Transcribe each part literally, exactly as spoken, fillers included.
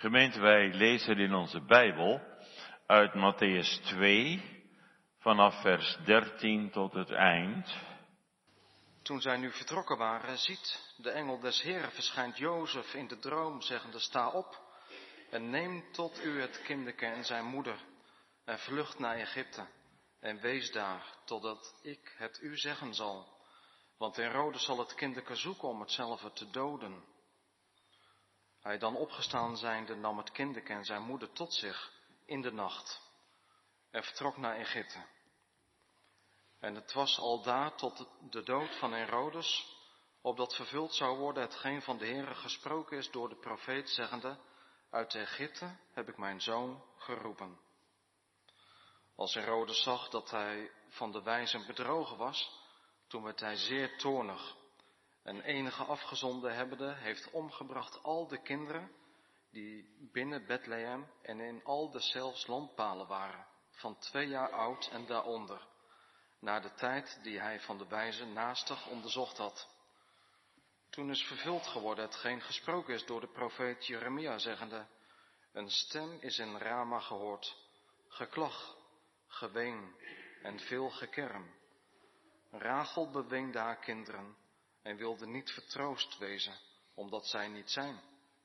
Gemeente, wij lezen in onze Bijbel uit Mattheüs twee, vanaf vers dertien tot het eind. Toen zij nu vertrokken waren, ziet, de engel des Heren verschijnt Jozef in de droom, zeggende, sta op en neem tot u het kindeke en zijn moeder en vlucht naar Egypte en wees daar, totdat ik het u zeggen zal. Want Herodes zal het kindeke zoeken om hetzelfde te doden. Hij dan opgestaan zijnde nam het kindeke en zijn moeder tot zich in de nacht en vertrok naar Egypte. En het was aldaar tot de dood van Herodes, opdat vervuld zou worden hetgeen van de Heere gesproken is door de profeet, zeggende, uit Egypte heb ik mijn zoon geroepen. Als Herodes zag dat hij van de wijzen bedrogen was, toen werd hij zeer toornig. En enige afgezonden hebbende heeft omgebracht al de kinderen die binnen Bethlehem en in al de zelfs landpalen waren, van twee jaar oud en daaronder, naar de tijd die hij van de wijzen naastig onderzocht had. Toen is vervuld geworden hetgeen gesproken is door de profeet Jeremia, zeggende, een stem is in Rama gehoord, geklag, geween en veel gekerm. Rachel beweende haar kinderen en wilde niet vertroost wezen, omdat zij niet zijn.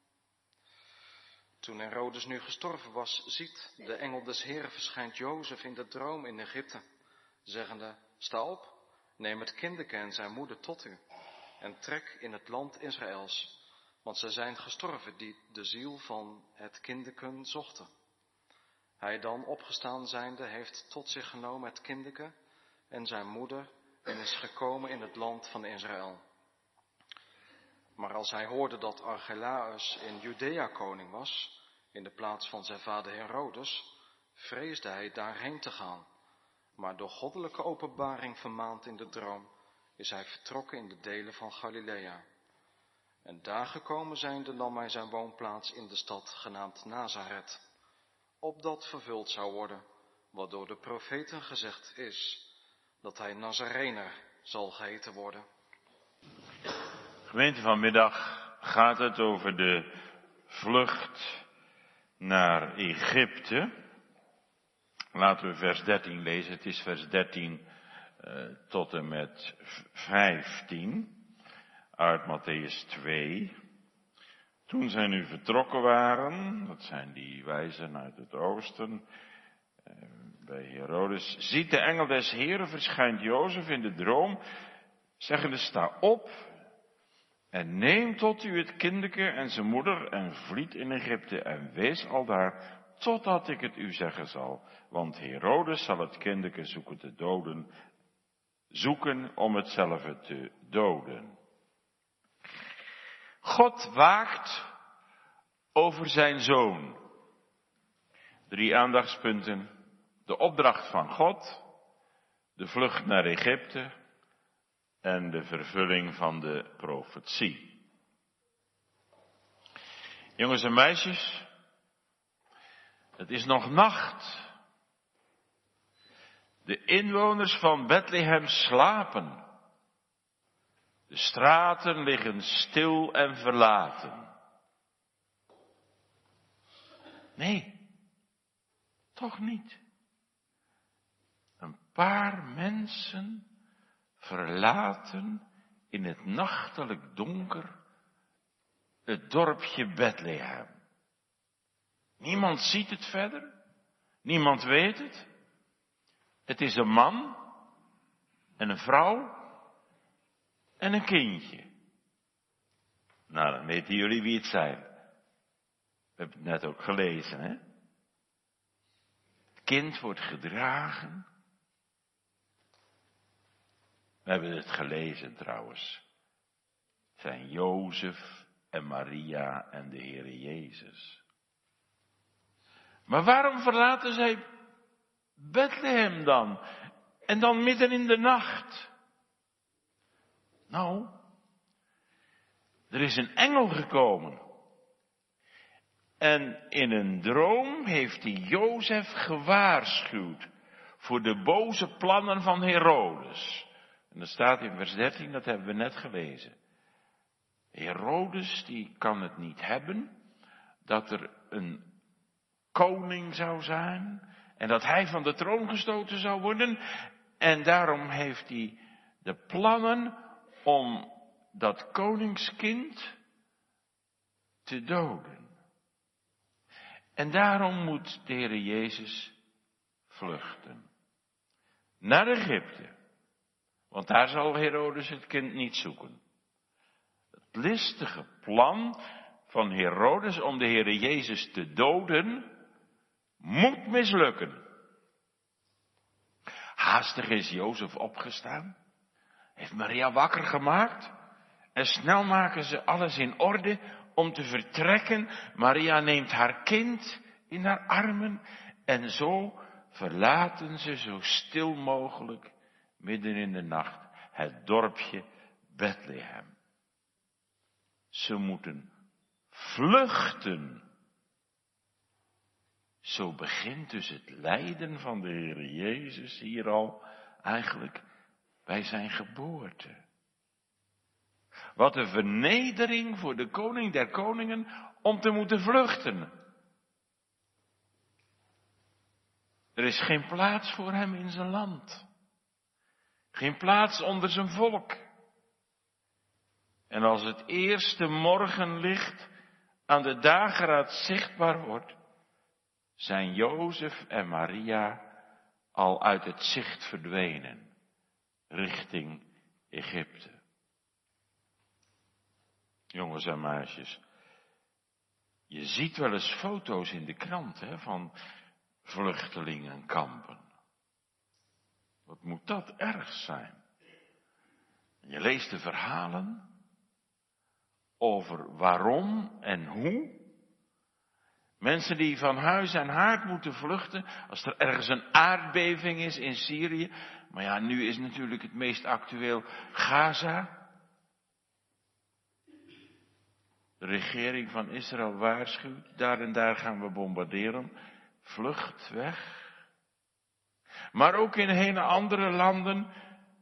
Toen Herodes nu gestorven was, ziet, de engel des Heren verschijnt Jozef in de droom in Egypte, zeggende, sta op, neem het kindeke en zijn moeder tot u en trek in het land Israëls, want zij zijn gestorven die de ziel van het kindeken zochten. Hij dan opgestaan zijnde heeft tot zich genomen het kindeke en zijn moeder en is gekomen in het land van Israël. Maar als hij hoorde dat Archelaus in Judea koning was, in de plaats van zijn vader Herodes, vreesde hij daarheen te gaan. Maar door goddelijke openbaring vermaand in de droom, is hij vertrokken in de delen van Galilea. En daar gekomen zijnde nam hij zijn woonplaats in de stad genaamd Nazareth, opdat vervuld zou worden, wat door de profeten gezegd is, dat hij Nazarener zal geheten worden. Gemeente, vanmiddag gaat het over de vlucht naar Egypte. Laten we vers dertien lezen. Het is vers dertien uh, tot en met vijftien uit Mattheüs twee. Toen zij nu vertrokken waren, dat zijn die wijzen uit het oosten, uh, bij Herodes, ziet de engel des Heren verschijnt Jozef in de droom, zeggende, sta op en neem tot u het kindeke en zijn moeder en vliet in Egypte en wees aldaar, totdat ik het u zeggen zal. Want Herodes zal het kindeke zoeken te doden, zoeken om hetzelfde te doden. God waakt over zijn zoon. Drie aandachtspunten. De opdracht van God, de vlucht naar Egypte en de vervulling van de profetie. Jongens en meisjes, het is nog nacht. De inwoners van Bethlehem slapen. De straten liggen stil en verlaten. Nee, toch niet. Een paar mensen verlaten in het nachtelijk donker het dorpje Bethlehem. Niemand ziet het verder. Niemand weet het. Het is een man en een vrouw en een kindje. Nou, dan weten jullie wie het zijn. We hebben het net ook gelezen, hè? Het kind wordt gedragen. We hebben het gelezen trouwens. Het zijn Jozef en Maria en de Heere Jezus. Maar waarom verlaten zij Bethlehem dan? En dan midden in de nacht? Nou, er is een engel gekomen. En in een droom heeft hij Jozef gewaarschuwd voor de boze plannen van Herodes. En dat staat in vers dertien, dat hebben we net gelezen. Herodes, die kan het niet hebben dat er een koning zou zijn en dat hij van de troon gestoten zou worden. En daarom heeft hij de plannen om dat koningskind te doden. En daarom moet de Heere Jezus vluchten. Naar Egypte. Want daar zal Herodes het kind niet zoeken. Het listige plan van Herodes om de Heere Jezus te doden, moet mislukken. Haastig is Jozef opgestaan, heeft Maria wakker gemaakt en snel maken ze alles in orde om te vertrekken. Maria neemt haar kind in haar armen en zo verlaten ze zo stil mogelijk midden in de nacht het dorpje Bethlehem. Ze moeten vluchten. Zo begint dus het lijden van de Heere Jezus hier al eigenlijk bij zijn geboorte. Wat een vernedering voor de koning der koningen om te moeten vluchten. Er is geen plaats voor hem in zijn land. Geen plaats onder zijn volk. En als het eerste morgenlicht aan de dageraad zichtbaar wordt, zijn Jozef en Maria al uit het zicht verdwenen, richting Egypte. Jongens en meisjes, je ziet wel eens foto's in de krant, hè, van vluchtelingenkampen. Wat moet dat erg zijn? Je leest de verhalen over waarom en hoe. Mensen die van huis en haard moeten vluchten als er ergens een aardbeving is in Syrië. Maar ja, nu is natuurlijk het meest actueel Gaza. De regering van Israël waarschuwt, daar en daar gaan we bombarderen. Vlucht weg. Maar ook in hele andere landen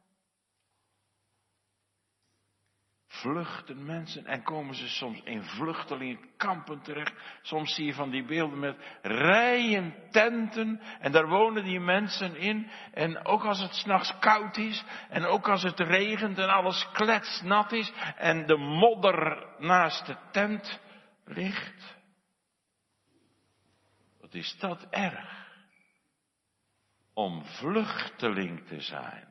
vluchten mensen en komen ze soms in vluchtelingenkampen terecht. Soms zie je van die beelden met rijen tenten en daar wonen die mensen in. En ook als het 's nachts koud is en ook als het regent en alles kletsnat is en de modder naast de tent ligt. Wat is dat erg om vluchteling te zijn.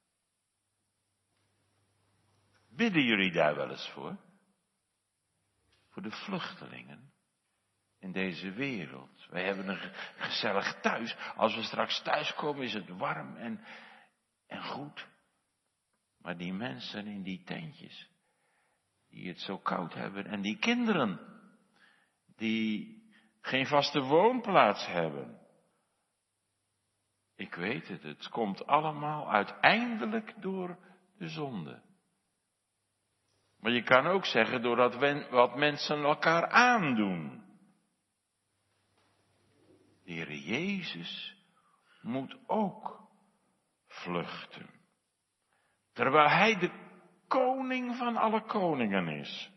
Bidden jullie daar wel eens voor? Voor de vluchtelingen in deze wereld. Wij hebben een gezellig thuis. Als we straks thuiskomen is het warm en, en goed. Maar die mensen in die tentjes, die het zo koud hebben. En die kinderen, die geen vaste woonplaats hebben. Ik weet het, het komt allemaal uiteindelijk door de zonde. Maar je kan ook zeggen doordat we, wat mensen elkaar aandoen. De Heere Jezus moet ook vluchten. Terwijl hij de koning van alle koningen is.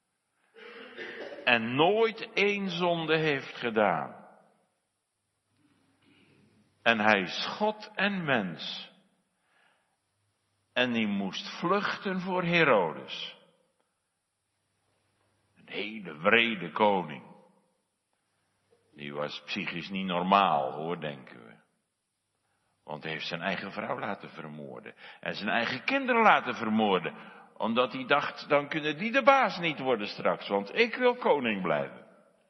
En nooit één zonde heeft gedaan. En hij is God en mens. En die moest vluchten voor Herodes. Een hele wrede koning. Die was psychisch niet normaal, hoor, denken we. Want hij heeft zijn eigen vrouw laten vermoorden. En zijn eigen kinderen laten vermoorden. Omdat hij dacht, dan kunnen die de baas niet worden straks. Want ik wil koning blijven.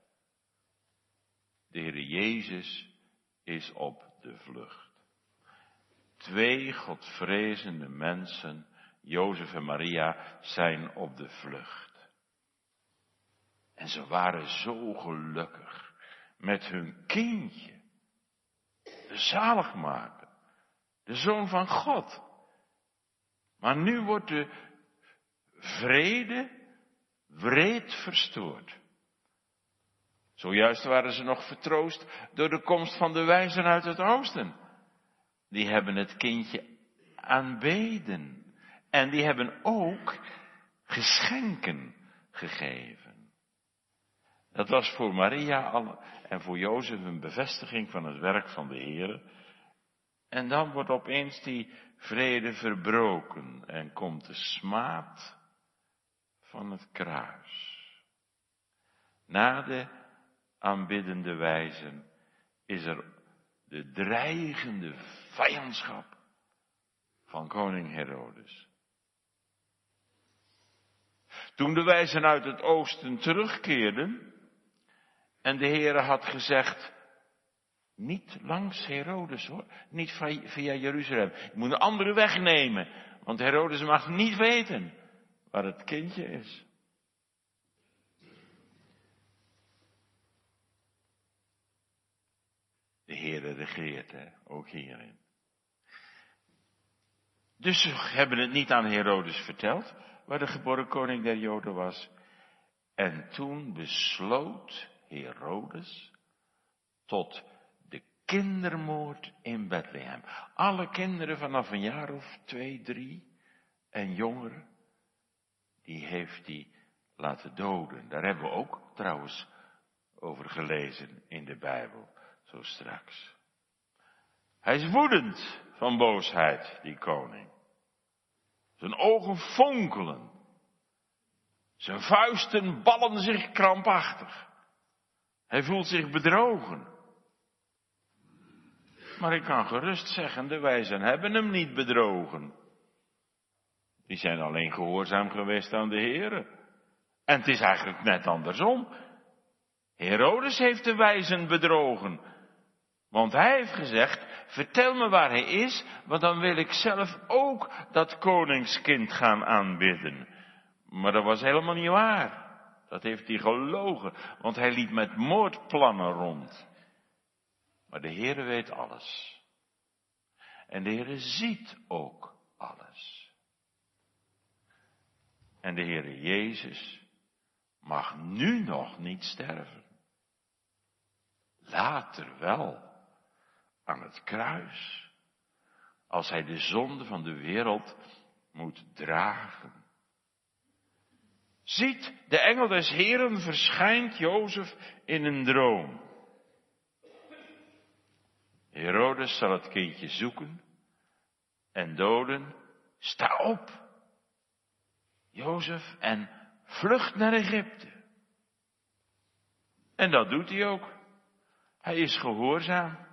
De Heere Jezus is op de vlucht. Twee godvrezende mensen, Jozef en Maria, zijn op de vlucht. En ze waren zo gelukkig met hun kindje. De zaligmaker. De Zoon van God. Maar nu wordt de vrede wreed verstoord. Zojuist waren ze nog vertroost door de komst van de wijzen uit het oosten. Die hebben het kindje aanbeden. En die hebben ook geschenken gegeven. Dat was voor Maria al, en voor Jozef een bevestiging van het werk van de Heere. En dan wordt opeens die vrede verbroken en komt de smaad van het kruis. Na de aanbiddende wijzen is er de dreigende vijandschap van koning Herodes. Toen de wijzen uit het oosten terugkeerden en de Heere had gezegd, niet langs Herodes hoor, niet via Jeruzalem. Je moet een andere weg nemen, want Herodes mag niet weten waar het kindje is. De Heere regeert, hè, ook hierin. Dus ze hebben het niet aan Herodes verteld, waar de geboren koning der Joden was. En toen besloot Herodes tot de kindermoord in Bethlehem. Alle kinderen vanaf een jaar of twee, drie en jonger, die heeft hij laten doden. Daar hebben we ook trouwens over gelezen in de Bijbel, zo straks. Hij is woedend van boosheid, die koning. Zijn ogen fonkelen. Zijn vuisten ballen zich krampachtig. Hij voelt zich bedrogen. Maar ik kan gerust zeggen, de wijzen hebben hem niet bedrogen. Die zijn alleen gehoorzaam geweest aan de Heere. En het is eigenlijk net andersom. Herodes heeft de wijzen bedrogen. Want hij heeft gezegd, vertel me waar hij is, want dan wil ik zelf ook dat koningskind gaan aanbidden. Maar dat was helemaal niet waar. Dat heeft hij gelogen, want hij liep met moordplannen rond. Maar de Heere weet alles. En de Heere ziet ook alles. En de Heere Jezus mag nu nog niet sterven. Later wel. Aan het kruis, als hij de zonde van de wereld moet dragen. Ziet, de engel des Heeren verschijnt Jozef in een droom. Herodes zal het kindje zoeken en doden. Sta op, Jozef, en vlucht naar Egypte. En dat doet hij ook. Hij is gehoorzaam.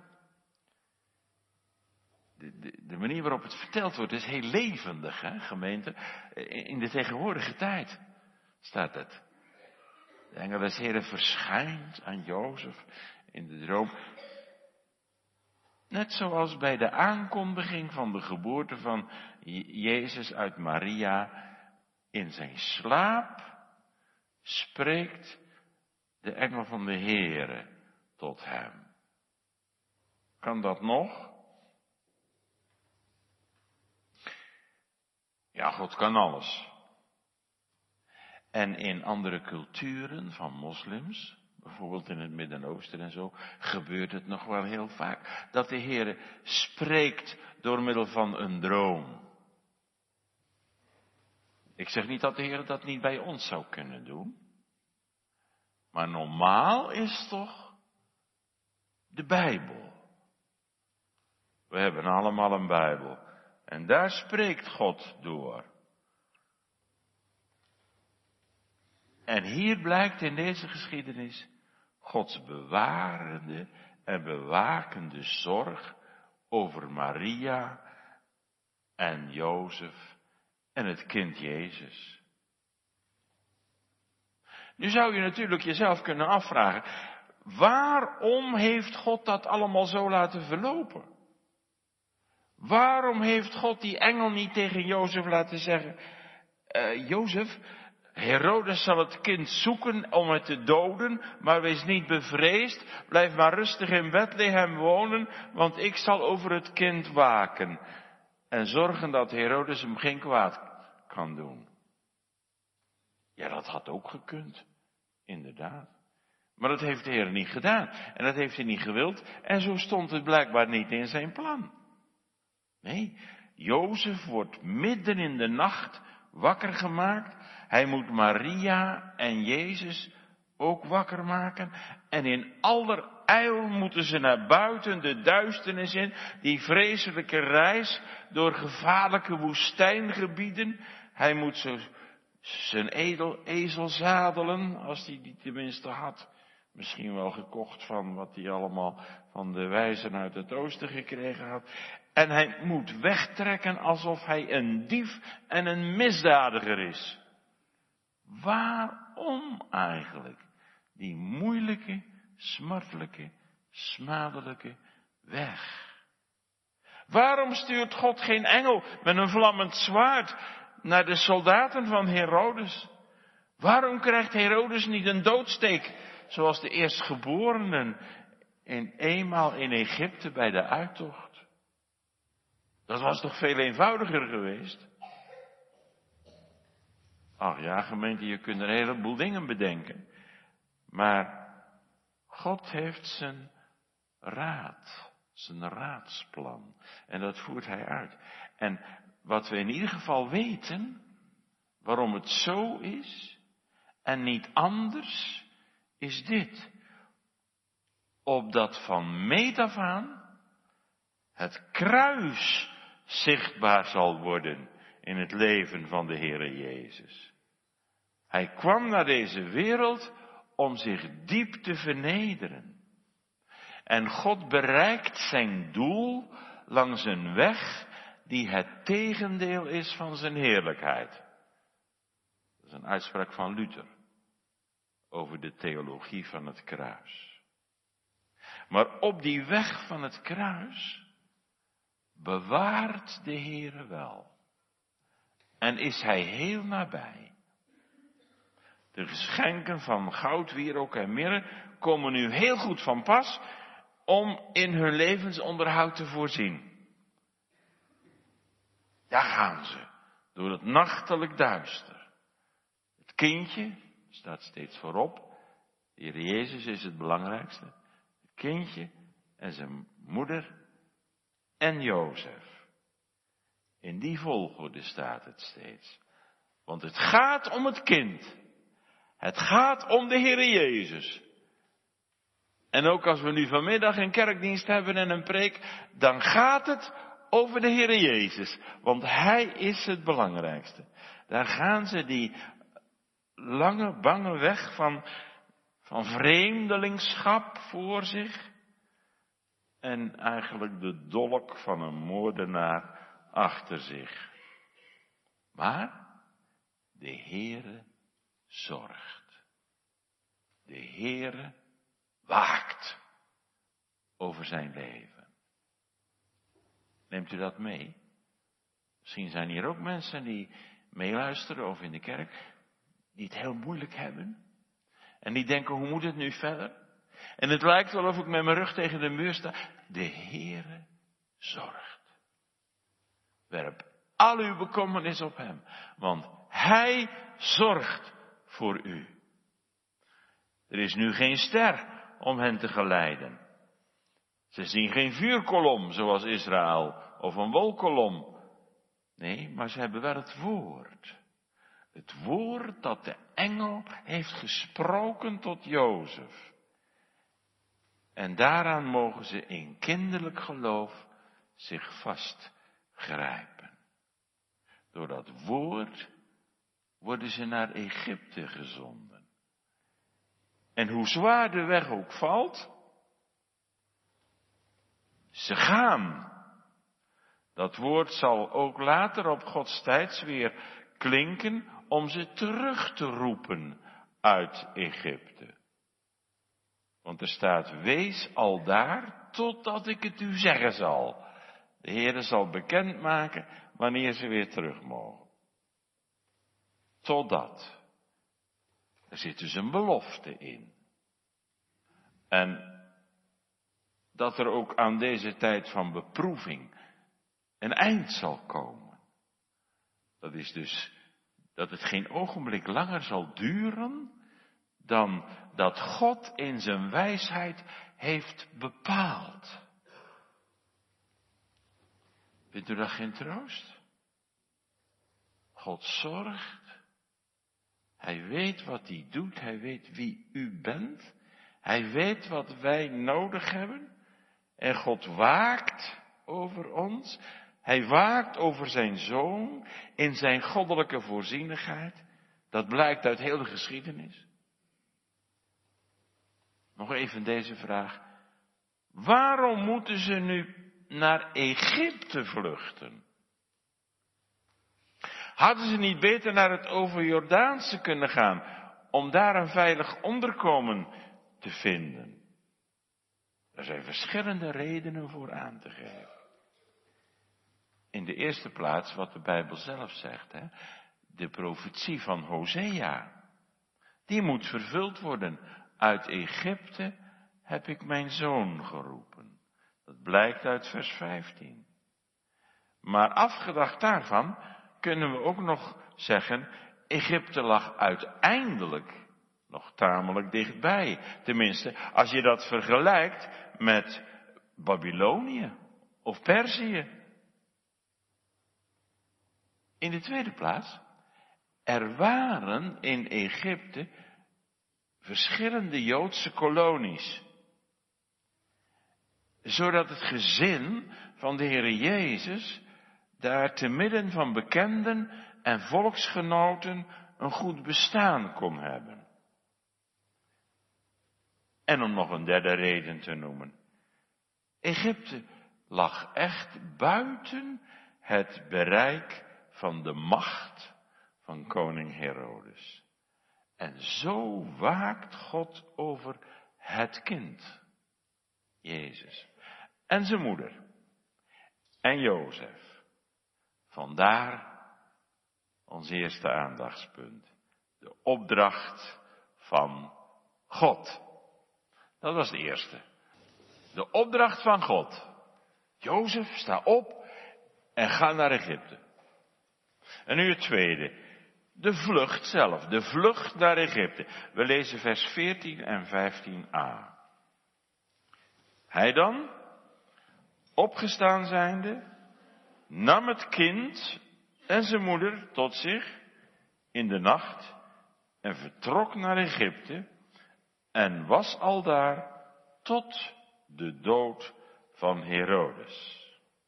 De, de, de manier waarop het verteld wordt is heel levendig, hè, gemeente. In de tegenwoordige tijd staat het. De engel des Heeren verschijnt aan Jozef in de droom. Net zoals bij de aankondiging van de geboorte van Jezus uit Maria. In zijn slaap spreekt de engel van de Heere tot hem. Kan dat nog? Ja, God kan alles. En in andere culturen van moslims, bijvoorbeeld in het Midden-Oosten en zo, gebeurt het nog wel heel vaak. Dat de Heere spreekt door middel van een droom. Ik zeg niet dat de Heere dat niet bij ons zou kunnen doen. Maar normaal is toch de Bijbel. We hebben allemaal een Bijbel. En daar spreekt God door. En hier blijkt in deze geschiedenis Gods bewarende en bewakende zorg over Maria en Jozef en het kind Jezus. Nu zou je natuurlijk jezelf kunnen afvragen, waarom heeft God dat allemaal zo laten verlopen? Waarom heeft God die engel niet tegen Jozef laten zeggen, uh, Jozef, Herodes zal het kind zoeken om het te doden, maar wees niet bevreesd, blijf maar rustig in Bethlehem wonen, want ik zal over het kind waken en zorgen dat Herodes hem geen kwaad kan doen. Ja, dat had ook gekund, inderdaad. Maar dat heeft de Heer niet gedaan en dat heeft hij niet gewild en zo stond het blijkbaar niet in zijn plan. Nee, Jozef wordt midden in de nacht wakker gemaakt. Hij moet Maria en Jezus ook wakker maken. En in allerijl moeten ze naar buiten de duisternis in, die vreselijke reis door gevaarlijke woestijngebieden. Hij moet zo zijn edel ezel zadelen, als hij die tenminste had. Misschien wel gekocht van wat hij allemaal van de wijzen uit het oosten gekregen had. En hij moet wegtrekken alsof hij een dief en een misdadiger is. Waarom eigenlijk die moeilijke, smartelijke, smadelijke weg? Waarom stuurt God geen engel met een vlammend zwaard naar de soldaten van Herodes? Waarom krijgt Herodes niet een doodsteek, zoals de eerstgeborenen in eenmaal in Egypte bij de uittocht? Dat was toch veel eenvoudiger geweest? Ach ja, gemeente, je kunt er een heleboel dingen bedenken. Maar God heeft zijn raad, zijn raadsplan. En dat voert hij uit. En wat we in ieder geval weten, waarom het zo is en niet anders, is dit. Opdat van meet af aan het kruis zichtbaar zal worden in het leven van de Heere Jezus. Hij kwam naar deze wereld om zich diep te vernederen. En God bereikt zijn doel langs een weg die het tegendeel is van zijn heerlijkheid. Dat is een uitspraak van Luther over de theologie van het kruis. Maar op die weg van het kruis bewaart de Heere wel. En is hij heel nabij. De geschenken van goud, wierook en mirre komen nu heel goed van pas om in hun levensonderhoud te voorzien. Daar gaan ze, door het nachtelijk duister. Het kindje staat steeds voorop. De Heer Jezus is het belangrijkste. Het kindje en zijn moeder en Jozef. In die volgorde staat het steeds. Want het gaat om het kind. Het gaat om de Heere Jezus. En ook als we nu vanmiddag een kerkdienst hebben en een preek, dan gaat het over de Heere Jezus. Want Hij is het belangrijkste. Daar gaan ze die lange, bange weg van, van vreemdelingschap voor zich. En eigenlijk de dolk van een moordenaar achter zich. Maar de Heere zorgt. De Heere waakt over zijn leven. Neemt u dat mee? Misschien zijn hier ook mensen die meeluisteren of in de kerk, die het heel moeilijk hebben. En die denken, hoe moet het nu verder? En het lijkt wel of ik met mijn rug tegen de muur sta. De Heere zorgt. Werp al uw bekommernis op hem, want Hij zorgt voor u. Er is nu geen ster om hen te geleiden. Ze zien geen vuurkolom zoals Israël of een wolkolom. Nee, maar ze hebben wel het woord. Het woord dat de engel heeft gesproken tot Jozef. En daaraan mogen ze in kinderlijk geloof zich vastgrijpen. Door dat woord worden ze naar Egypte gezonden. En hoe zwaar de weg ook valt, ze gaan. Dat woord zal ook later op Gods tijds weer klinken om ze terug te roepen uit Egypte. Want er staat, wees al daar totdat ik het u zeggen zal. De Heere zal bekendmaken wanneer ze weer terug mogen. Totdat. Er zit dus een belofte in. En dat er ook aan deze tijd van beproeving een eind zal komen. Dat is dus dat het geen ogenblik langer zal duren dan dat God in zijn wijsheid heeft bepaald. Vindt u dat geen troost? God zorgt. Hij weet wat hij doet. Hij weet wie u bent. Hij weet wat wij nodig hebben. En God waakt over ons. Hij waakt over zijn zoon in zijn goddelijke voorzienigheid. Dat blijkt uit heel de geschiedenis. Nog even deze vraag. Waarom moeten ze nu naar Egypte vluchten? Hadden ze niet beter naar het overjordaanse kunnen gaan om daar een veilig onderkomen te vinden? Er zijn verschillende redenen voor aan te geven. In de eerste plaats wat de Bijbel zelf zegt, hè? De profetie van Hosea. Die moet vervuld worden. Uit Egypte heb ik mijn zoon geroepen. Dat blijkt uit vers vijftien. Maar afgedacht daarvan kunnen we ook nog zeggen, Egypte lag uiteindelijk nog tamelijk dichtbij. Tenminste, als je dat vergelijkt met Babylonië of Perzië. In de tweede plaats, er waren in Egypte verschillende Joodse kolonies. Zodat het gezin van de Heere Jezus daar te midden van bekenden en volksgenoten een goed bestaan kon hebben. En om nog een derde reden te noemen. Egypte lag echt buiten het bereik van de macht van koning Herodes. En zo waakt God over het kind, Jezus, en zijn moeder, en Jozef. Vandaar ons eerste aandachtspunt, de opdracht van God. Dat was de eerste. De opdracht van God. Jozef, sta op en ga naar Egypte. En nu het tweede. De vlucht zelf, de vlucht naar Egypte. We lezen vers veertien en vijftien a. Hij dan, opgestaan zijnde, nam het kind en zijn moeder tot zich in de nacht en vertrok naar Egypte en was aldaar tot de dood van Herodes.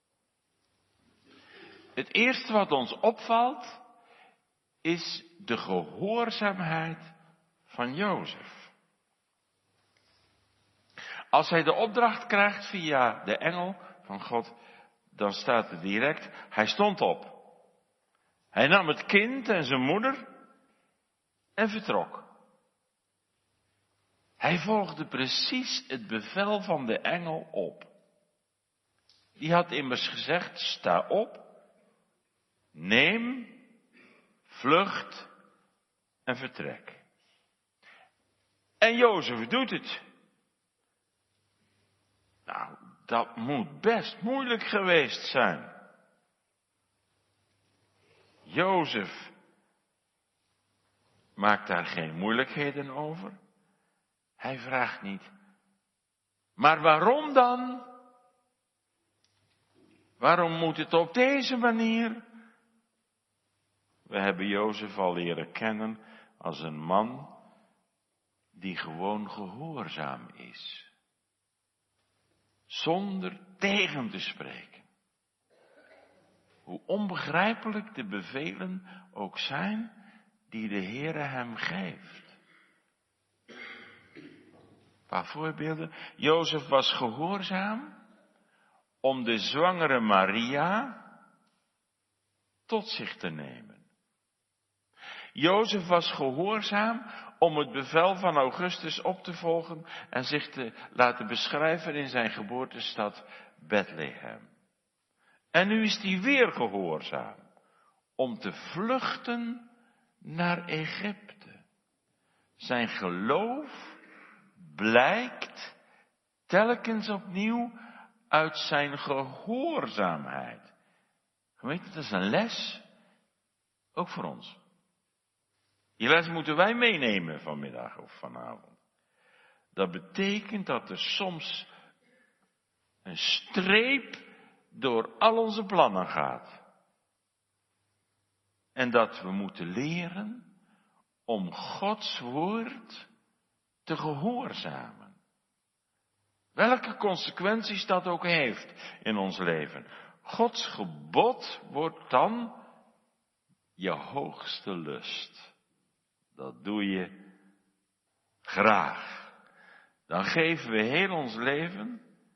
Het eerste wat ons opvalt is de gehoorzaamheid van Jozef. Als hij de opdracht krijgt via de engel van God, dan staat er direct, hij stond op. Hij nam het kind en zijn moeder en vertrok. Hij volgde precies het bevel van de engel op. Die had immers gezegd, sta op, neem, vlucht en vertrek. En Jozef doet het. Nou, dat moet best moeilijk geweest zijn. Jozef maakt daar geen moeilijkheden over. Hij vraagt niet, maar waarom dan? Waarom moet het op deze manier? We hebben Jozef al leren kennen als een man die gewoon gehoorzaam is. Zonder tegen te spreken. Hoe onbegrijpelijk de bevelen ook zijn die de Heere hem geeft. Een paar voorbeelden. Jozef was gehoorzaam om de zwangere Maria tot zich te nemen. Jozef was gehoorzaam om het bevel van Augustus op te volgen en zich te laten beschrijven in zijn geboortestad Bethlehem. En nu is hij weer gehoorzaam om te vluchten naar Egypte. Zijn geloof blijkt telkens opnieuw uit zijn gehoorzaamheid. Gemeente, dat is een les, ook voor ons. Die les moeten wij meenemen vanmiddag of vanavond. Dat betekent dat er soms een streep door al onze plannen gaat. En dat we moeten leren om Gods woord te gehoorzamen. Welke consequenties dat ook heeft in ons leven. Gods gebod wordt dan je hoogste lust. Dat doe je graag. Dan geven we heel ons leven,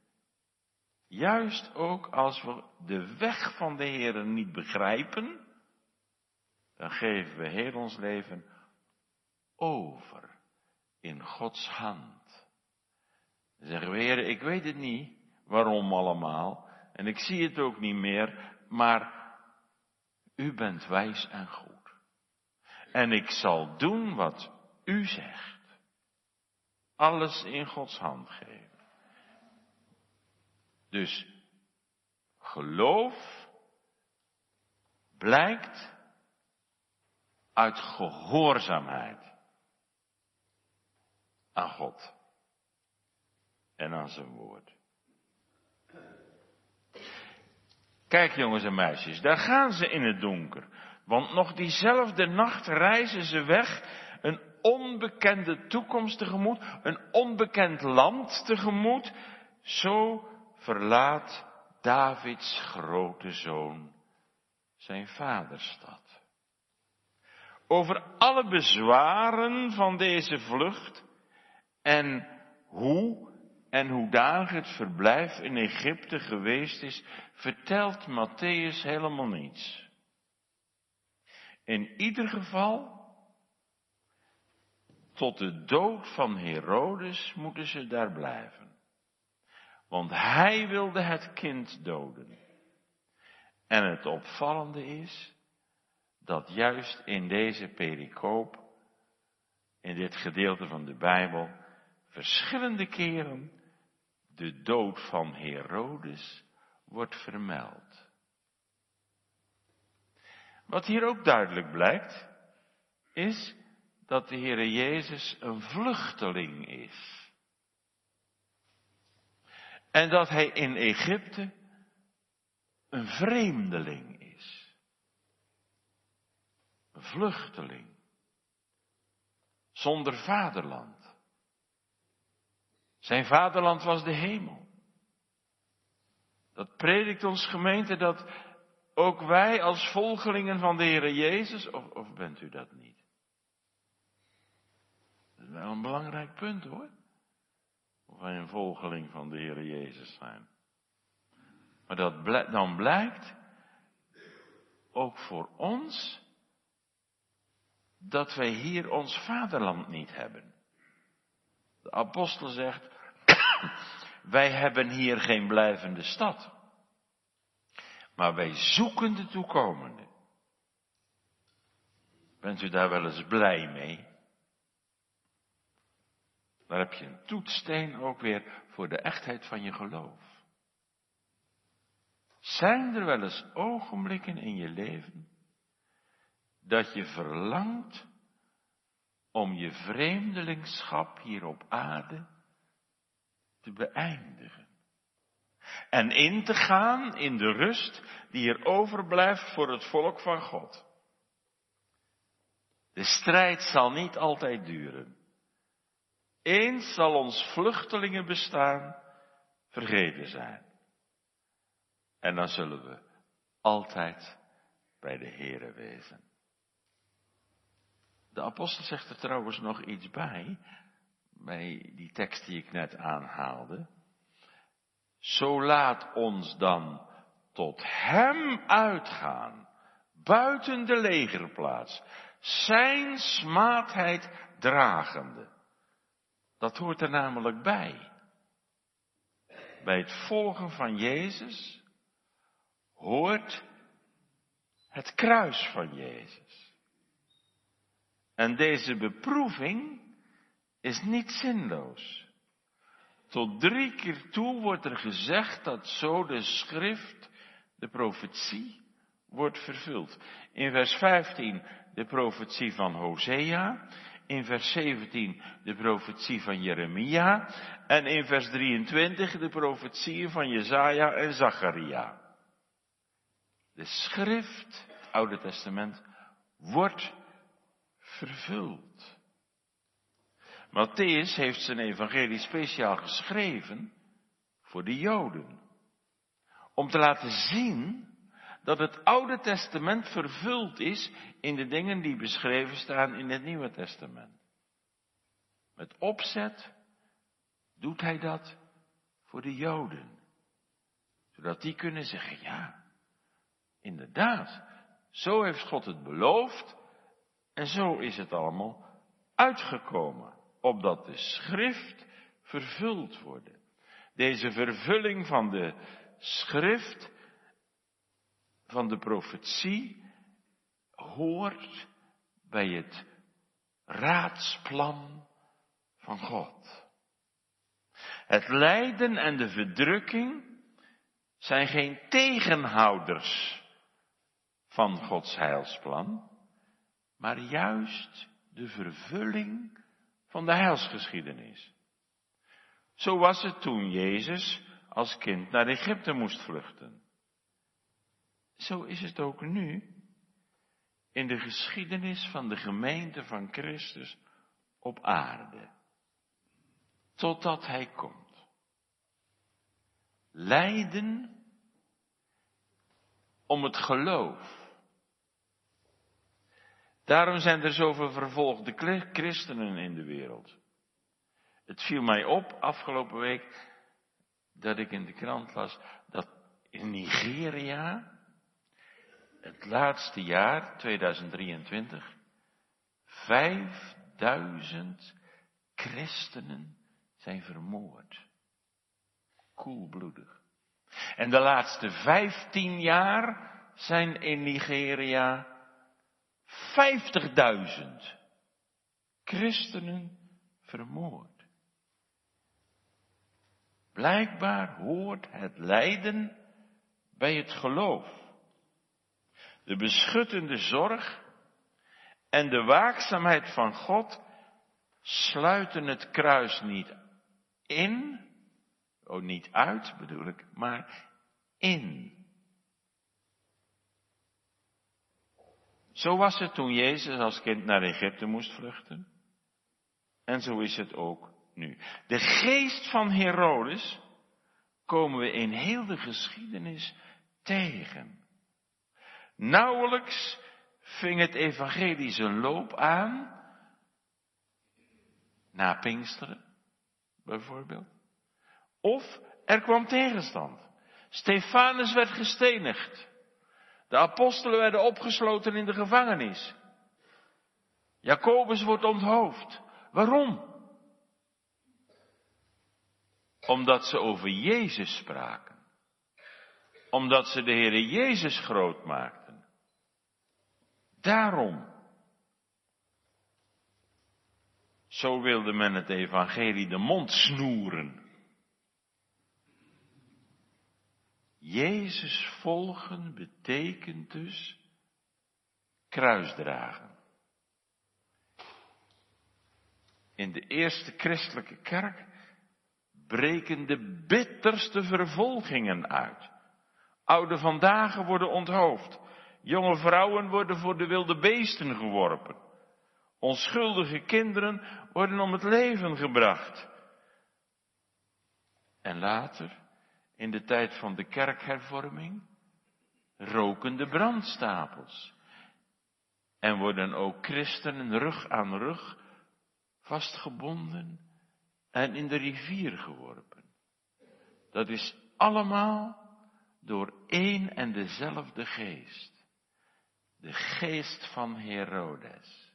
juist ook als we de weg van de Heer niet begrijpen, dan geven we heel ons leven over in Gods hand. Dan zeggen we, Heer, ik weet het niet waarom allemaal, en ik zie het ook niet meer, maar u bent wijs en goed. En ik zal doen wat u zegt. Alles in Gods hand geven. Dus geloof blijkt uit gehoorzaamheid aan God en aan zijn woord. Kijk jongens en meisjes, daar gaan ze in het donker. Want nog diezelfde nacht reizen ze weg, een onbekende toekomst tegemoet, een onbekend land tegemoet. Zo verlaat Davids grote zoon zijn vaderstad. Over alle bezwaren van deze vlucht en hoe en hoe dagen het verblijf in Egypte geweest is, vertelt Mattheüs helemaal niets. In ieder geval, tot de dood van Herodes moeten ze daar blijven. Want hij wilde het kind doden. En het opvallende is, dat juist in deze pericoop, in dit gedeelte van de Bijbel, verschillende keren de dood van Herodes wordt vermeld. Wat hier ook duidelijk blijkt, is dat de Heere Jezus een vluchteling is. En dat hij in Egypte een vreemdeling is. Een vluchteling. Zonder vaderland. Zijn vaderland was de hemel. Dat predikt ons gemeente dat ook wij als volgelingen van de Heere Jezus, of, of bent u dat niet? Dat is wel een belangrijk punt hoor. Of wij een volgeling van de Heere Jezus zijn. Maar dat bl- dan blijkt ook voor ons dat wij hier ons vaderland niet hebben. De apostel zegt, wij hebben hier geen blijvende stad. Maar wij zoeken de toekomende. Bent u daar wel eens blij mee? Daar heb je een toetssteen ook weer voor de echtheid van je geloof. Zijn er wel eens ogenblikken in je leven dat je verlangt om je vreemdelingschap hier op aarde te beëindigen? En in te gaan in de rust die er overblijft voor het volk van God. De strijd zal niet altijd duren. Eens zal ons vluchtelingenbestaan vergeten zijn. En dan zullen we altijd bij de Heere wezen. De apostel zegt er trouwens nog iets bij, bij die tekst die ik net aanhaalde. Zo laat ons dan tot hem uitgaan, buiten de legerplaats, zijn smaadheid dragende. Dat hoort er namelijk bij. Bij het volgen van Jezus hoort het kruis van Jezus. En deze beproeving is niet zinloos. Tot drie keer toe wordt er gezegd dat zo de schrift, de profetie, wordt vervuld. In vers vijftien de profetie van Hosea, in vers zeventien de profetie van Jeremia en in vers drieëntwintig de profetieën van Jesaja en Zacharia. De schrift, het Oude Testament, wordt vervuld. Mattheüs heeft zijn evangelie speciaal geschreven voor de Joden. Om te laten zien dat het Oude Testament vervuld is in de dingen die beschreven staan in het Nieuwe Testament. Met opzet doet hij dat voor de Joden. Zodat die kunnen zeggen, ja, inderdaad, zo heeft God het beloofd en zo is het allemaal uitgekomen. Opdat de schrift vervuld wordt. Deze vervulling van de schrift, van de profetie, hoort bij het raadsplan van God. Het lijden en de verdrukking zijn geen tegenhouders van Gods heilsplan, maar juist de vervulling van de heilsgeschiedenis. Zo was het toen Jezus als kind naar Egypte moest vluchten. Zo is het ook nu in de geschiedenis van de gemeente van Christus op aarde. Totdat hij komt. Lijden om het geloof. Daarom zijn er zoveel vervolgde christenen in de wereld. Het viel mij op afgelopen week dat ik in de krant las dat in Nigeria het laatste jaar, tweeduizend drieëntwintig, vijfduizend christenen zijn vermoord. Koelbloedig. En de laatste vijftien jaar zijn in Nigeria vijftigduizend christenen vermoord. Blijkbaar hoort het lijden bij het geloof. De beschuttende zorg en de waakzaamheid van God sluiten het kruis niet in, oh niet uit bedoel ik, maar in. Zo was het toen Jezus als kind naar Egypte moest vluchten. En zo is het ook nu. De geest van Herodes komen we in heel de geschiedenis tegen. Nauwelijks ving het evangelie zijn loop aan, na Pinksteren bijvoorbeeld, of er kwam tegenstand. Stefanus werd gestenigd. De apostelen werden opgesloten in de gevangenis. Jacobus wordt onthoofd. Waarom? Omdat ze over Jezus spraken. Omdat ze de Heere Jezus groot maakten. Daarom. Zo wilde men het evangelie de mond snoeren. Jezus volgen betekent dus kruisdragen. In de eerste christelijke kerk breken de bitterste vervolgingen uit. Oude vandaag worden onthoofd. Jonge vrouwen worden voor de wilde beesten geworpen. Onschuldige kinderen worden om het leven gebracht. En later, in de tijd van de kerkhervorming, roken de brandstapels. En worden ook christenen rug aan rug vastgebonden en in de rivier geworpen. Dat is allemaal door één en dezelfde geest. De geest van Herodes.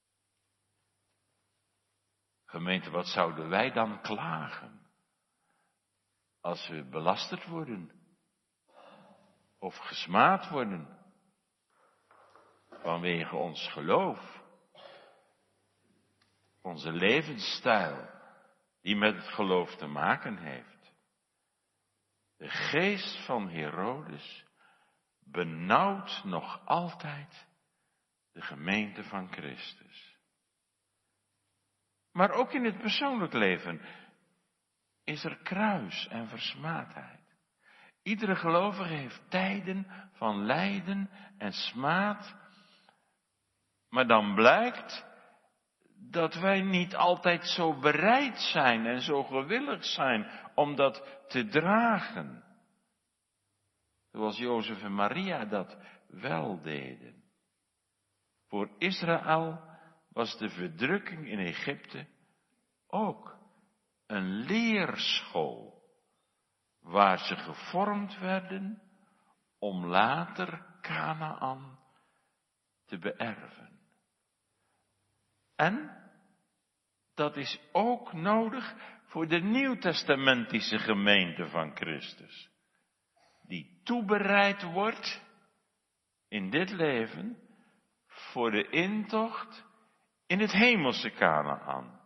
Gemeente, wat zouden wij dan klagen? Als we belasterd worden. Of gesmaad worden. Vanwege ons geloof. Onze levensstijl. Die met het geloof te maken heeft. De geest van Herodes benauwt nog altijd de gemeente van Christus. Maar ook in het persoonlijk leven is er kruis en versmaadheid. Iedere gelovige heeft tijden van lijden en smaad. Maar dan blijkt dat wij niet altijd zo bereid zijn en zo gewillig zijn om dat te dragen. Zoals Jozef en Maria dat wel deden. Voor Israël was de verdrukking in Egypte ook een leerschool, waar ze gevormd werden om later Kanaan te beërven. En dat is ook nodig voor de nieuwtestamentische gemeente van Christus, die toebereid wordt in dit leven voor de intocht in het hemelse Kanaan.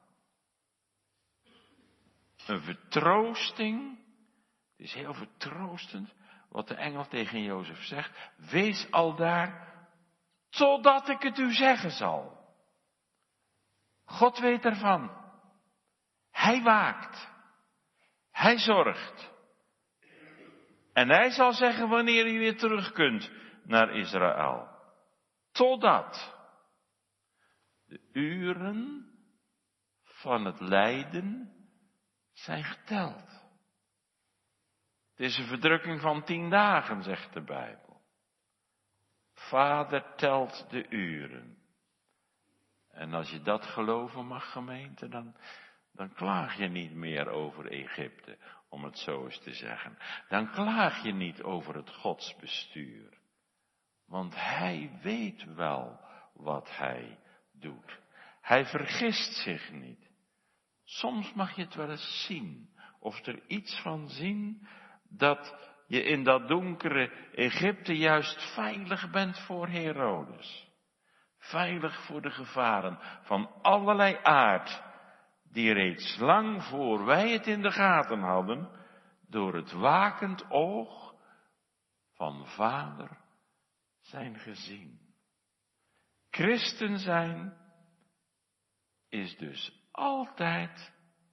Een vertroosting, het is heel vertroostend wat de engel tegen Jozef zegt. Wees al daar, totdat ik het u zeggen zal. God weet ervan. Hij waakt. Hij zorgt. En hij zal zeggen wanneer u weer terug kunt naar Israël. Totdat de uren van het lijden zijn geteld. Het is een verdrukking van tien dagen, zegt de Bijbel. Vader telt de uren. En als je dat geloven mag, gemeente, dan, dan klaag je niet meer over Egypte, om het zo eens te zeggen. Dan klaag je niet over het godsbestuur. Want hij weet wel wat hij doet. Hij vergist zich niet. Soms mag je het wel eens zien, of er iets van zien, dat je in dat donkere Egypte juist veilig bent voor Herodes. Veilig voor de gevaren van allerlei aard, die reeds lang voor wij het in de gaten hadden, door het wakend oog van Vader zijn gezien. Christen zijn is dus altijd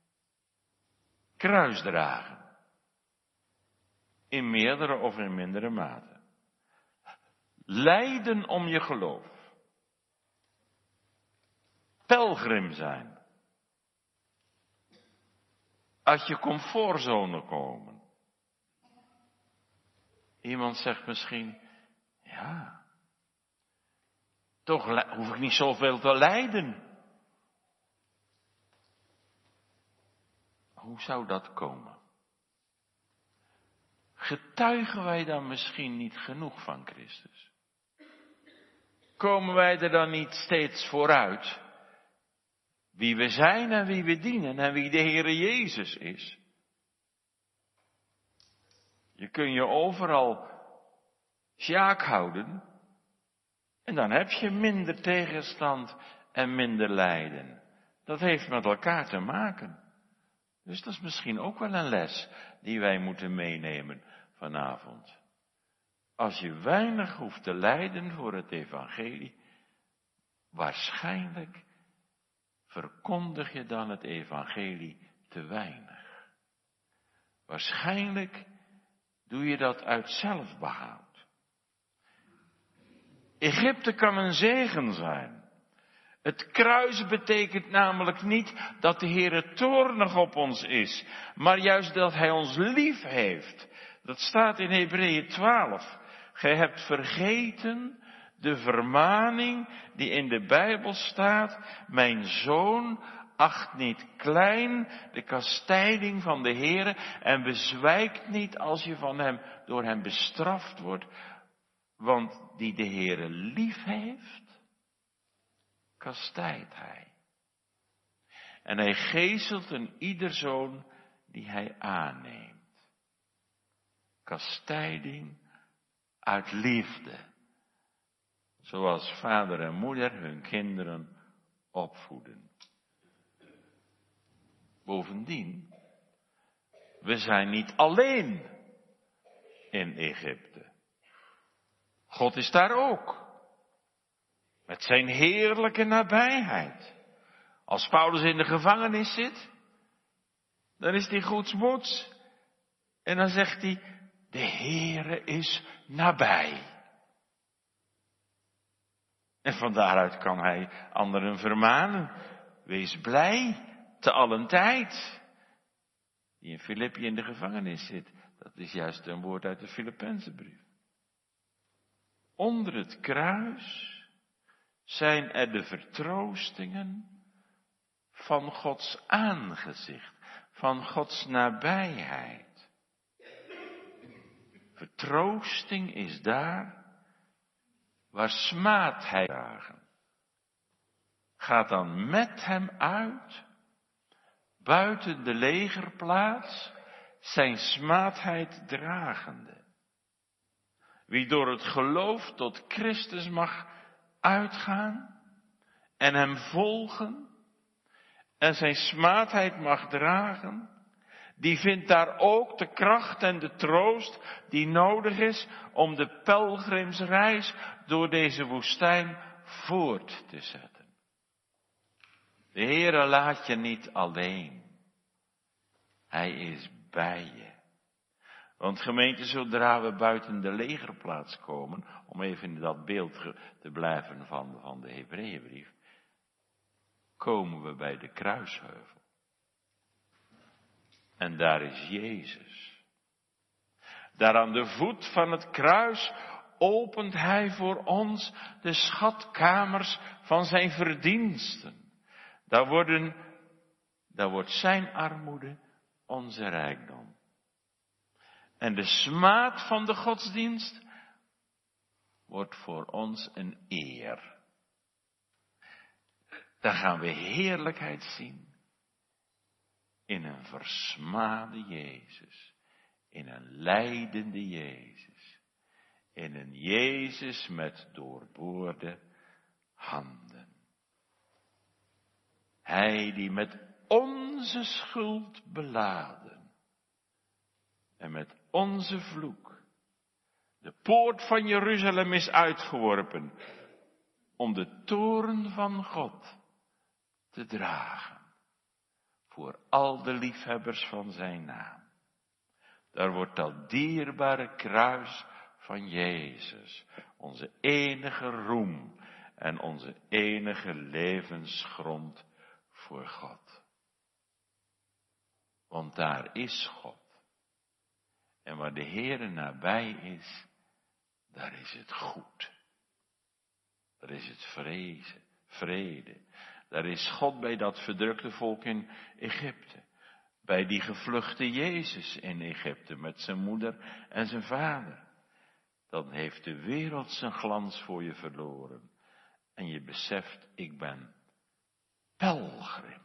kruisdragen. In meerdere of in mindere mate. Lijden om je geloof. Pelgrim zijn. Uit je comfortzone komen. Iemand zegt misschien, ja, toch hoef ik niet zoveel te lijden. Hoe zou dat komen? Getuigen wij dan misschien niet genoeg van Christus? Komen wij er dan niet steeds vooruit? Wie we zijn en wie we dienen en wie de Heere Jezus is. Je kun je overal sjaak houden en dan heb je minder tegenstand en minder lijden. Dat heeft met elkaar te maken. Dus dat is misschien ook wel een les die wij moeten meenemen vanavond. Als je weinig hoeft te lijden voor het evangelie, waarschijnlijk verkondig je dan het evangelie te weinig. Waarschijnlijk doe je dat uit zelfbehoud. Egypte kan een zegen zijn. Het kruis betekent namelijk niet dat de Heere toornig op ons is, maar juist dat Hij ons lief heeft. Dat staat in Hebreeën twaalf. Gij hebt vergeten de vermaning die in de Bijbel staat, mijn zoon, acht niet klein de kastijding van de Heere en bezwijkt niet als je van hem, door hem bestraft wordt, want die de Heere lief heeft, kastijdt hij. En hij geeselt een ieder zoon die hij aanneemt. Kastijding uit liefde. Zoals vader en moeder hun kinderen opvoeden. Bovendien, we zijn niet alleen in Egypte. God is daar ook. Met zijn heerlijke nabijheid. Als Paulus in de gevangenis zit, dan is hij goedsmoeds. En dan zegt hij, de Heere is nabij. En van daaruit kan hij anderen vermanen. Wees blij te allen tijd. Die in Filippi in de gevangenis zit. Dat is juist een woord uit de Filippenzenbrief. Onder het kruis zijn er de vertroostingen van Gods aangezicht, van Gods nabijheid. Vertroosting is daar waar smaadheid dragen. Ga dan met hem uit, buiten de legerplaats, zijn smaadheid dragende. Wie door het geloof tot Christus mag uitgaan en hem volgen en zijn smaadheid mag dragen, die vindt daar ook de kracht en de troost die nodig is om de pelgrimsreis door deze woestijn voort te zetten. De Heere laat je niet alleen. Hij is bij je. Want gemeente, zodra we buiten de legerplaats komen, om even in dat beeld te blijven van, van de Hebreeënbrief, komen we bij de kruisheuvel. En daar is Jezus. Daar aan de voet van het kruis opent Hij voor ons de schatkamers van zijn verdiensten. Daar, worden, daar wordt zijn armoede onze rijkdom. En de smaad van de godsdienst wordt voor ons een eer. Daar gaan we heerlijkheid zien. In een versmade Jezus. In een lijdende Jezus. In een Jezus met doorboorde handen. Hij die met onze schuld beladen. En met onze vloek. De poort van Jeruzalem is uitgeworpen. Om de toorn van God te dragen. Voor al de liefhebbers van zijn naam. Daar wordt dat dierbare kruis van Jezus. Onze enige roem. En onze enige levensgrond voor God. Want daar is God. En waar de Heere nabij is, daar is het goed. Daar is het vrezen, vrede. Daar is God bij dat verdrukte volk in Egypte. Bij die gevluchte Jezus in Egypte met zijn moeder en zijn vader. Dan heeft de wereld zijn glans voor je verloren. En je beseft, ik ben pelgrim.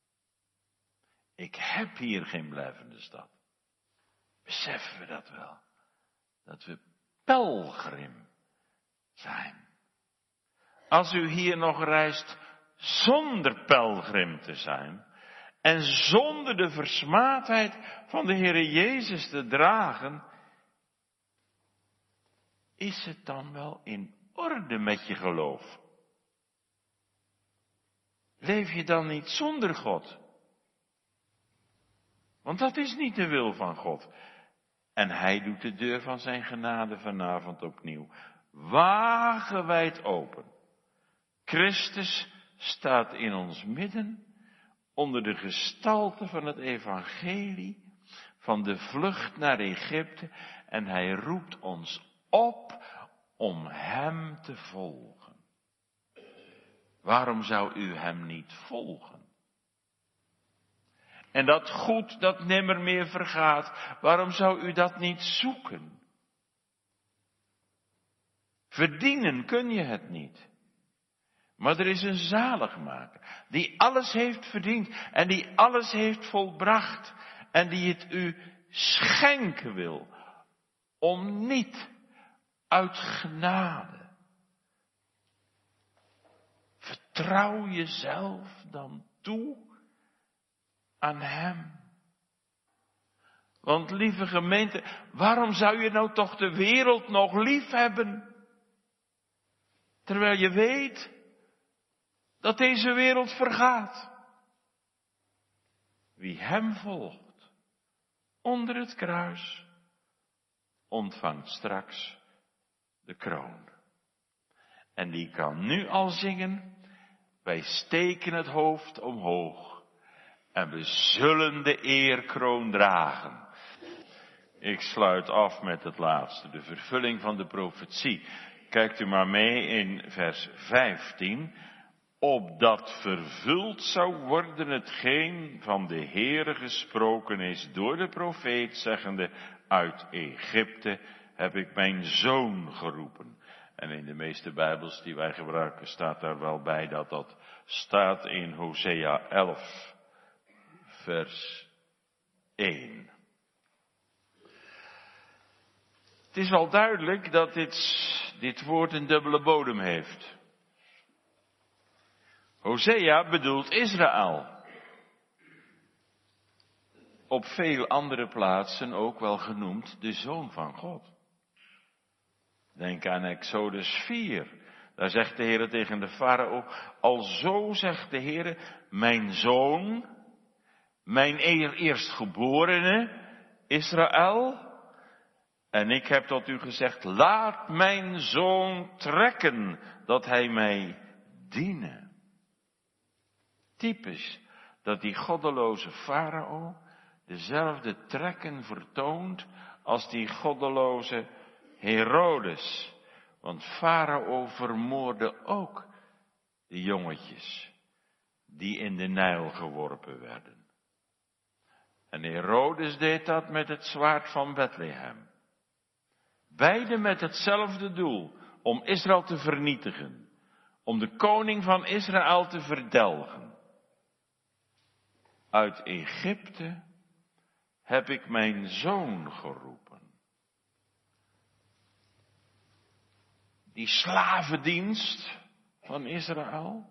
Ik heb hier geen blijvende stad. Beseffen we dat wel? Dat we pelgrim zijn. Als u hier nog reist zonder pelgrim te zijn en zonder de versmaadheid van de Heere Jezus te dragen, is het dan wel in orde met je geloof? Leef je dan niet zonder God? Want dat is niet de wil van God. En Hij doet de deur van zijn genade vanavond opnieuw wagenwijd open. Christus staat in ons midden onder de gestalte van het evangelie van de vlucht naar Egypte en Hij roept ons op om Hem te volgen. Waarom zou u Hem niet volgen? En dat goed dat nimmer meer vergaat, waarom zou u dat niet zoeken? Verdienen kun je het niet. Maar er is een zaligmaker, die alles heeft verdiend en die alles heeft volbracht en die het u schenken wil, om niet uit genade. Vertrouw jezelf dan toe aan Hem. Want lieve gemeente, waarom zou je nou toch de wereld nog lief hebben? Terwijl je weet dat deze wereld vergaat. Wie Hem volgt onder het kruis, ontvangt straks de kroon. En die kan nu al zingen, Wij steken het hoofd omhoog en we zullen de eerkroon dragen. Ik sluit af met het laatste, de vervulling van de profetie. Kijkt u maar mee in vers vijftien. Opdat vervuld zou worden hetgeen van de Heere gesproken is door de profeet, zeggende, uit Egypte heb ik mijn zoon geroepen. En in de meeste Bijbels die wij gebruiken staat daar wel bij dat dat staat in Hosea elf, vers één. Het is wel duidelijk dat dit, dit woord een dubbele bodem heeft. Hosea bedoelt Israël. Op veel andere plaatsen ook wel genoemd de Zoon van God. Denk aan Exodus vier. Daar zegt de Heer tegen de farao, alzo zegt de Heer, mijn zoon, mijn eerstgeborene Israël. En ik heb tot u gezegd, laat mijn zoon trekken, dat hij mij diene. Typisch dat die goddeloze farao dezelfde trekken vertoont als die goddeloze Herodes. Want farao vermoordde ook de jongetjes die in de Nijl geworpen werden. En Herodes deed dat met het zwaard van Bethlehem. Beide met hetzelfde doel, om Israël te vernietigen. Om de koning van Israël te verdelgen. Uit Egypte heb ik mijn zoon geroepen. Die slavendienst van Israël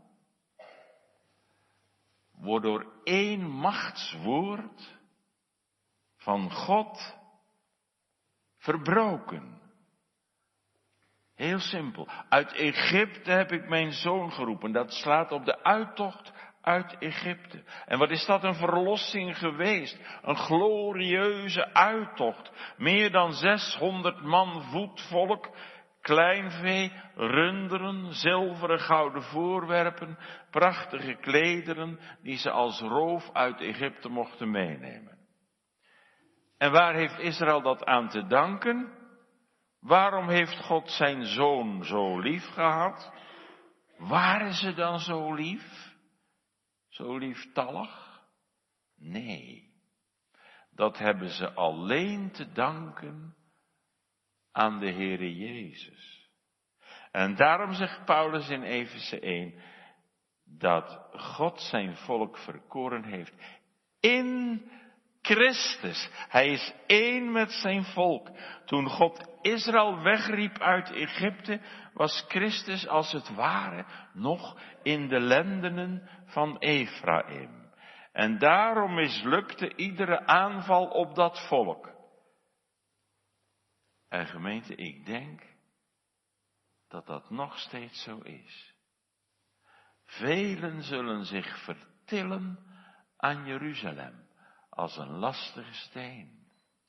wordt door één machtswoord van God verbroken. Heel simpel. Uit Egypte heb ik mijn zoon geroepen. Dat slaat op de uittocht uit Egypte. En wat is dat een verlossing geweest? Een glorieuze uittocht. Meer dan zeshonderd man voetvolk, kleinvee, runderen, zilveren, gouden voorwerpen, prachtige klederen die ze als roof uit Egypte mochten meenemen. En waar heeft Israël dat aan te danken? Waarom heeft God zijn zoon zo lief gehad? Waren ze dan zo lief? Zo lieftallig? Nee. Dat hebben ze alleen te danken aan de Heere Jezus. En daarom zegt Paulus in Efeze één, dat God zijn volk verkoren heeft in Christus. Hij is één met zijn volk. Toen God Israël wegriep uit Egypte, was Christus als het ware nog in de lendenen van Ephraim. En daarom mislukte iedere aanval op dat volk. En gemeente, ik denk dat dat nog steeds zo is. Velen zullen zich vertillen aan Jeruzalem als een lastige steen.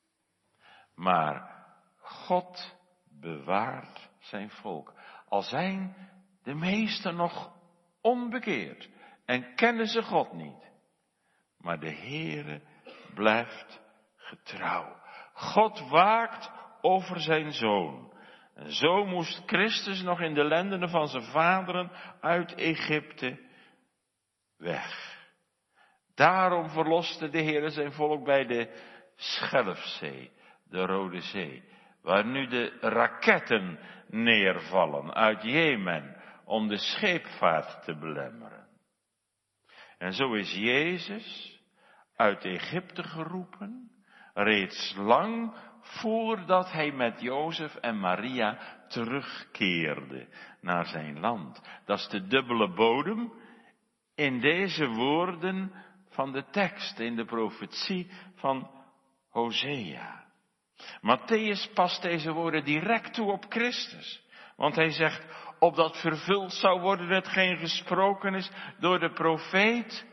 Maar God bewaart zijn volk. Al zijn de meesten nog onbekeerd en kennen ze God niet. Maar de Heere blijft getrouw. God waakt over zijn zoon. En zo moest Christus nog in de lendenen van zijn vaderen uit Egypte weg. Daarom verloste de Heere zijn volk bij de Schelfzee, de Rode Zee, waar nu de raketten neervallen uit Jemen om de scheepvaart te belemmeren. En zo is Jezus uit Egypte geroepen, reeds lang voordat hij met Jozef en Maria terugkeerde naar zijn land. Dat is de dubbele bodem in deze woorden van de tekst, in de profetie van Hosea. Mattheüs past deze woorden direct toe op Christus. Want hij zegt, opdat vervuld zou worden hetgeen gesproken is door de profeet,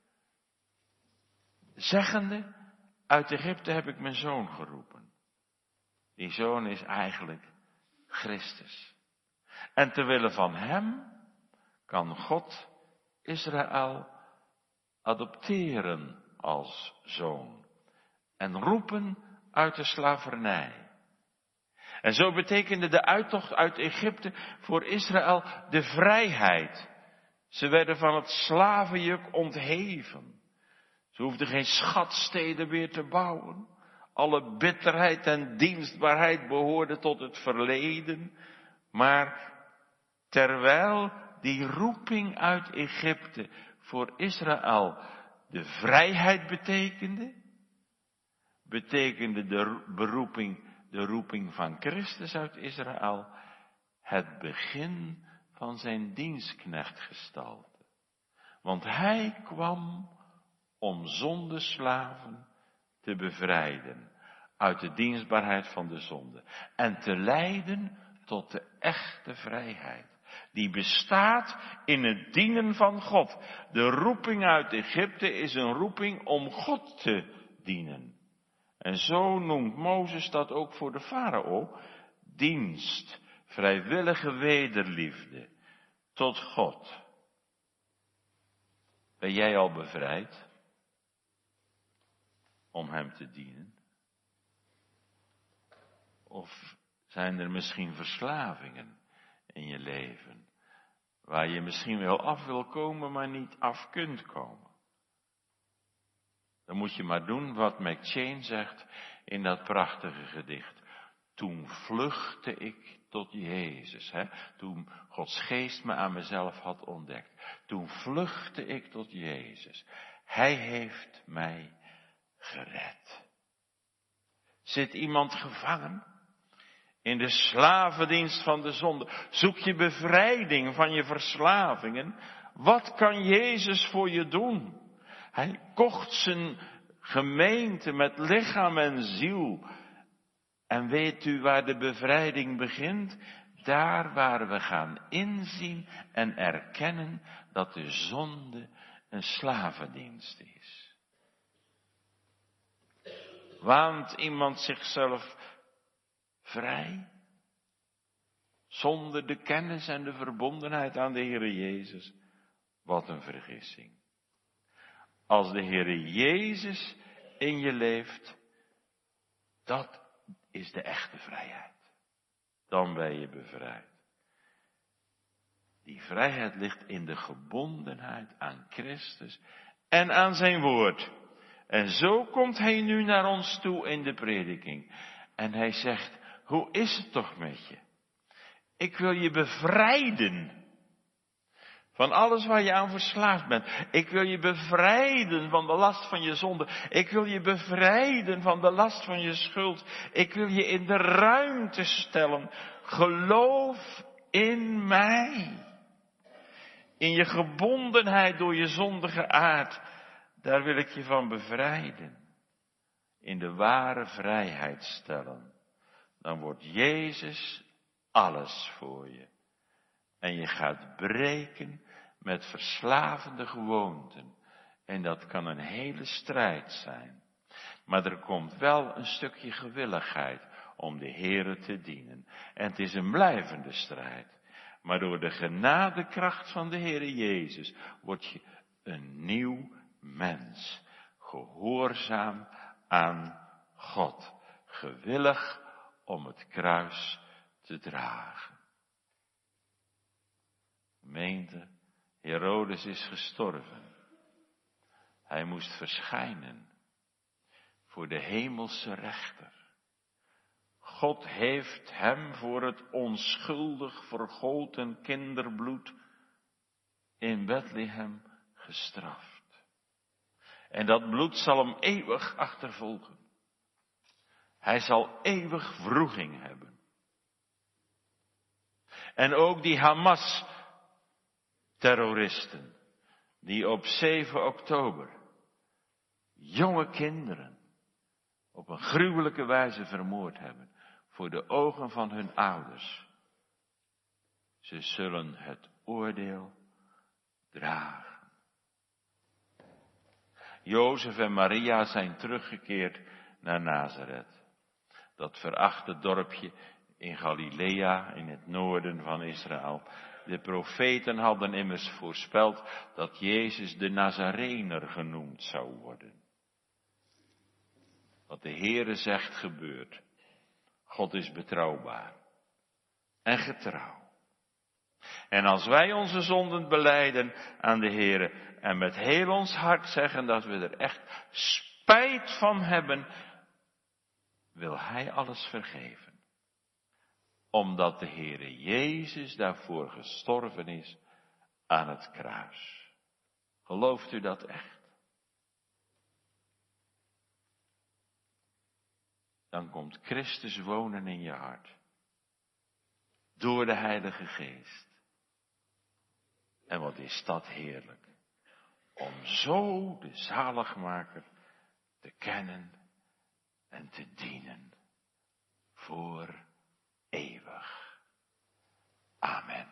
zeggende, uit Egypte heb ik mijn zoon geroepen. Die zoon is eigenlijk Christus. En ter wille van hem kan God Israël adopteren als zoon en roepen uit de slavernij. En zo betekende de uittocht uit Egypte voor Israël de vrijheid. Ze werden van het slavenjuk ontheven. Ze hoefden geen schatsteden meer te bouwen. Alle bitterheid en dienstbaarheid behoorde tot het verleden. Maar terwijl die roeping uit Egypte voor Israël de vrijheid betekende, betekende de beroeping, de roeping van Christus uit Israël het begin van zijn dienstknechtgestalte. Want hij kwam om zondeslaven te bevrijden uit de dienstbaarheid van de zonde en te leiden tot de echte vrijheid. Die bestaat in het dienen van God. De roeping uit Egypte is een roeping om God te dienen. En zo noemt Mozes dat ook voor de farao dienst, vrijwillige wederliefde tot God. Ben jij al bevrijd om hem te dienen? Of zijn er misschien verslavingen in je leven, waar je misschien wel af wil komen, maar niet af kunt komen? Dan moet je maar doen wat McChain zegt in dat prachtige gedicht. Toen vluchtte ik tot Jezus, hè? Toen Gods geest me aan mezelf had ontdekt. Toen vluchtte ik tot Jezus. Hij heeft mij gered. Zit iemand gevangen in de slavendienst van de zonde? Zoek je bevrijding van je verslavingen? Wat kan Jezus voor je doen? Hij kocht zijn gemeente met lichaam en ziel. En weet u waar de bevrijding begint? Daar waar we gaan inzien en erkennen dat de zonde een slavendienst is. Waant iemand zichzelf vrij, zonder de kennis en de verbondenheid aan de Heere Jezus? Wat een vergissing. Als de Heere Jezus in je leeft, dat is de echte vrijheid. Dan ben je bevrijd. Die vrijheid ligt in de gebondenheid aan Christus en aan zijn woord. En zo komt hij nu naar ons toe in de prediking. En hij zegt, hoe is het toch met je? Ik wil je bevrijden van alles waar je aan verslaafd bent. Ik wil je bevrijden van de last van je zonde. Ik wil je bevrijden van de last van je schuld. Ik wil je in de ruimte stellen. Geloof in mij. In je gebondenheid door je zondige aard. Daar wil ik je van bevrijden. In de ware vrijheid stellen. Dan wordt Jezus alles voor je. En je gaat breken met verslavende gewoonten. En dat kan een hele strijd zijn. Maar er komt wel een stukje gewilligheid om de Heere te dienen. En het is een blijvende strijd. Maar door de genadekracht van de Heere Jezus word je een nieuw mens. Gehoorzaam aan God. Gewillig om het kruis te dragen. Gemeente, Herodes is gestorven. Hij moest verschijnen voor de hemelse rechter. God heeft hem voor het onschuldig vergoten kinderbloed in Bethlehem gestraft. En dat bloed zal hem eeuwig achtervolgen. Hij zal eeuwig wroeging hebben. En ook die Hamas terroristen, die op zeven oktober jonge kinderen op een gruwelijke wijze vermoord hebben voor de ogen van hun ouders. Ze zullen het oordeel dragen. Jozef en Maria zijn teruggekeerd naar Nazareth, dat verachte dorpje in Galilea, in het noorden van Israël, De profeten hadden immers voorspeld dat Jezus de Nazarener genoemd zou worden. Wat de Heere zegt gebeurt. God is betrouwbaar en getrouw. En als wij onze zonden belijden aan de Heere en met heel ons hart zeggen dat we er echt spijt van hebben, wil Hij alles vergeven. Omdat de Heere Jezus daarvoor gestorven is aan het kruis. Gelooft u dat echt? Dan komt Christus wonen in je hart. Door de Heilige Geest. En wat is dat heerlijk. Om zo de zaligmaker te kennen en te dienen. Voor eeuwig. Amen.